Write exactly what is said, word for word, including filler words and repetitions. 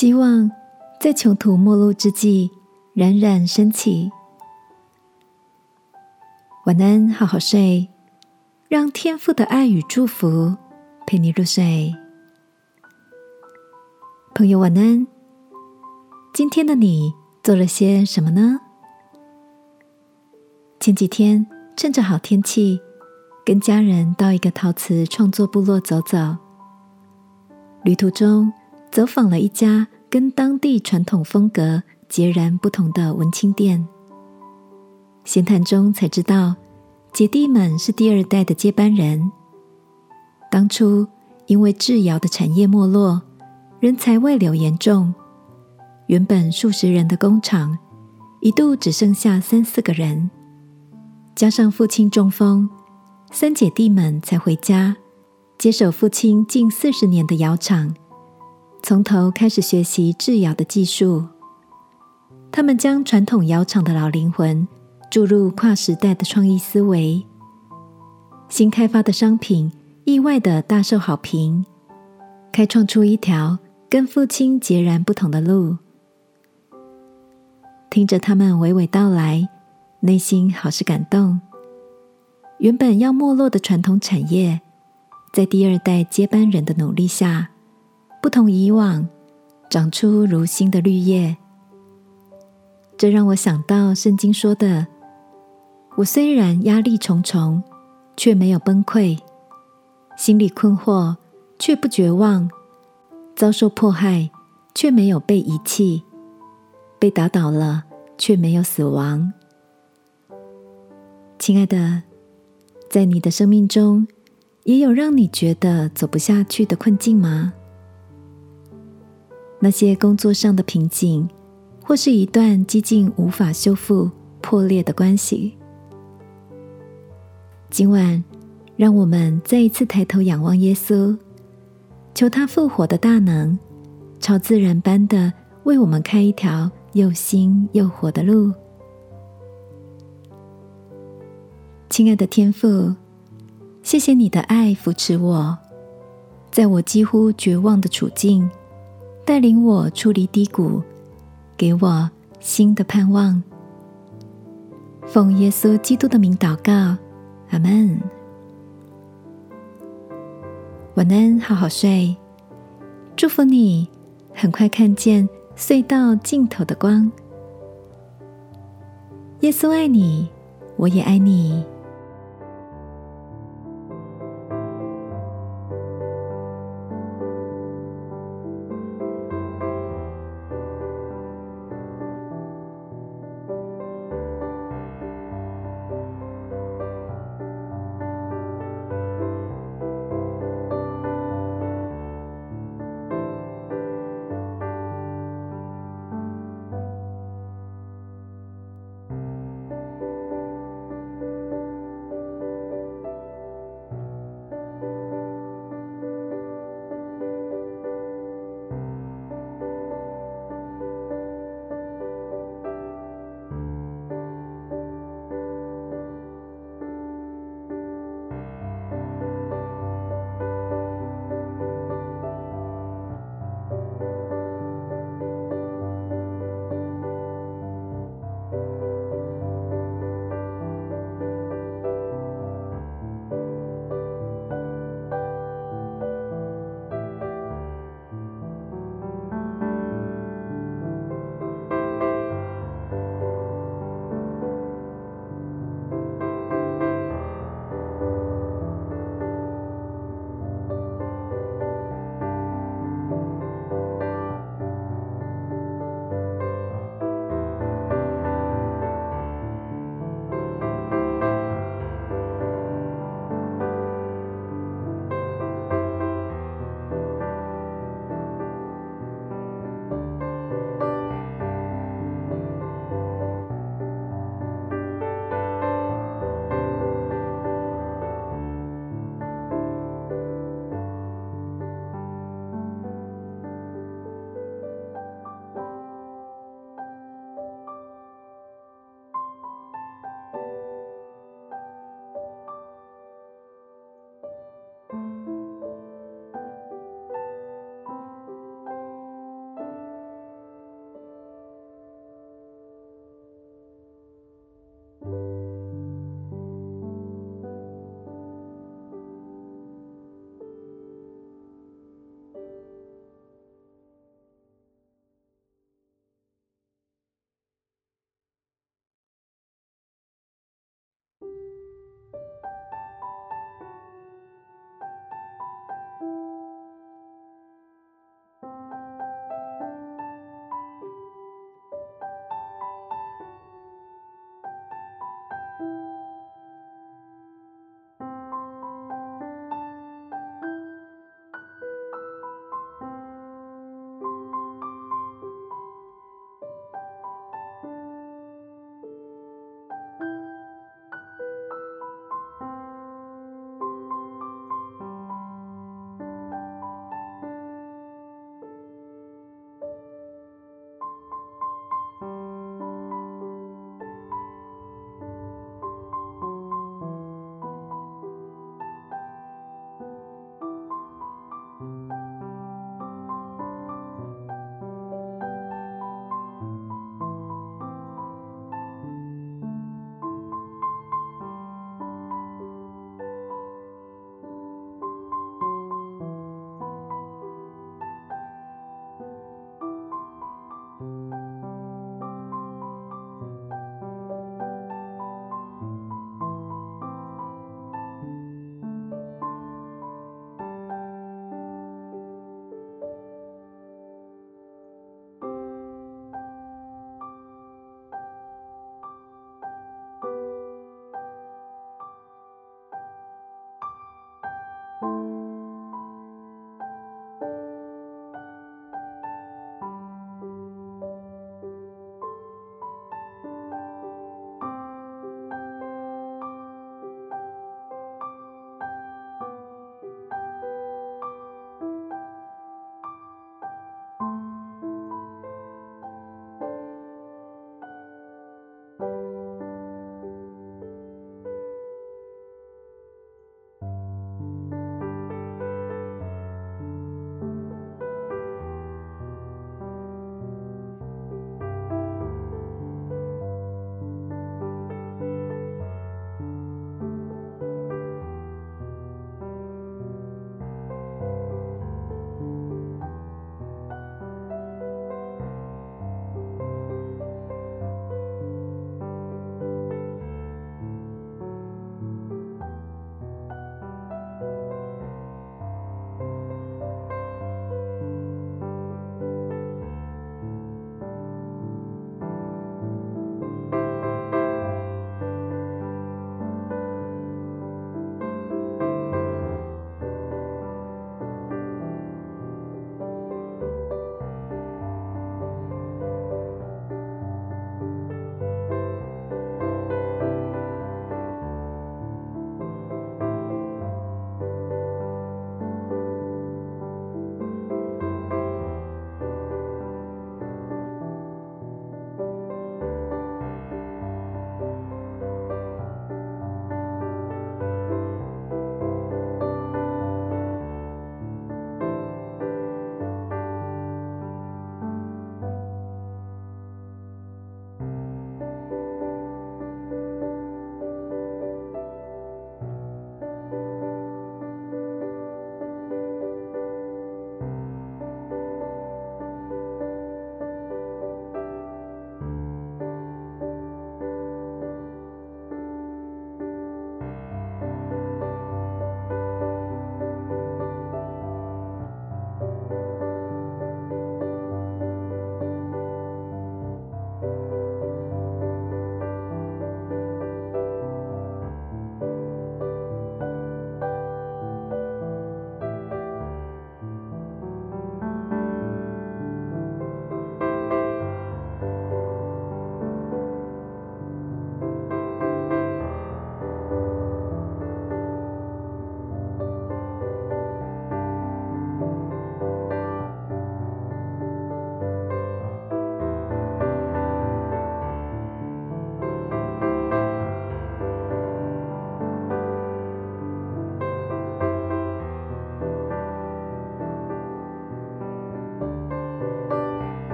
希望在穷途末路之际冉冉升起。晚安，好好睡，让天父的爱与祝福陪你入睡。朋友晚安，今天的你做了些什么呢？前几天趁着好天气，跟家人到一个陶瓷创作部落走走。旅途中走访了一家跟当地传统风格截然不同的文青店。闲谈中才知道，姐弟们是第二代的接班人。当初因为制窑的产业没落，人才外流严重，原本数十人的工厂一度只剩下三四个人。加上父亲中风，三姐弟们才回家接手父亲近四十年的窑厂，从头开始学习制窑的技术。他们将传统窑厂的老灵魂注入跨时代的创意思维，新开发的商品意外的大受好评，开创出一条跟父亲截然不同的路。听着他们娓娓道来，内心好是感动。原本要没落的传统产业，在第二代接班人的努力下，不同以往，长出如新的绿叶。这让我想到圣经说的，我虽然压力重重，却没有崩溃，心里困惑，却不绝望，遭受迫害，却没有被遗弃，被打倒了，却没有死亡。亲爱的，在你的生命中，也有让你觉得走不下去的困境吗？那些工作上的瓶颈，或是一段几近无法修复、破裂的关系。今晚，让我们再一次抬头仰望耶稣，求他复活的大能，超自然般的为我们开一条又新又活的路。亲爱的天父，谢谢你的爱扶持我，在我几乎绝望的处境，带领我出离低谷，给我新的盼望。奉耶稣基督的名祷告，阿们。晚安，好好睡。祝福你，很快看见隧道尽头的光。耶稣爱你，我也爱你。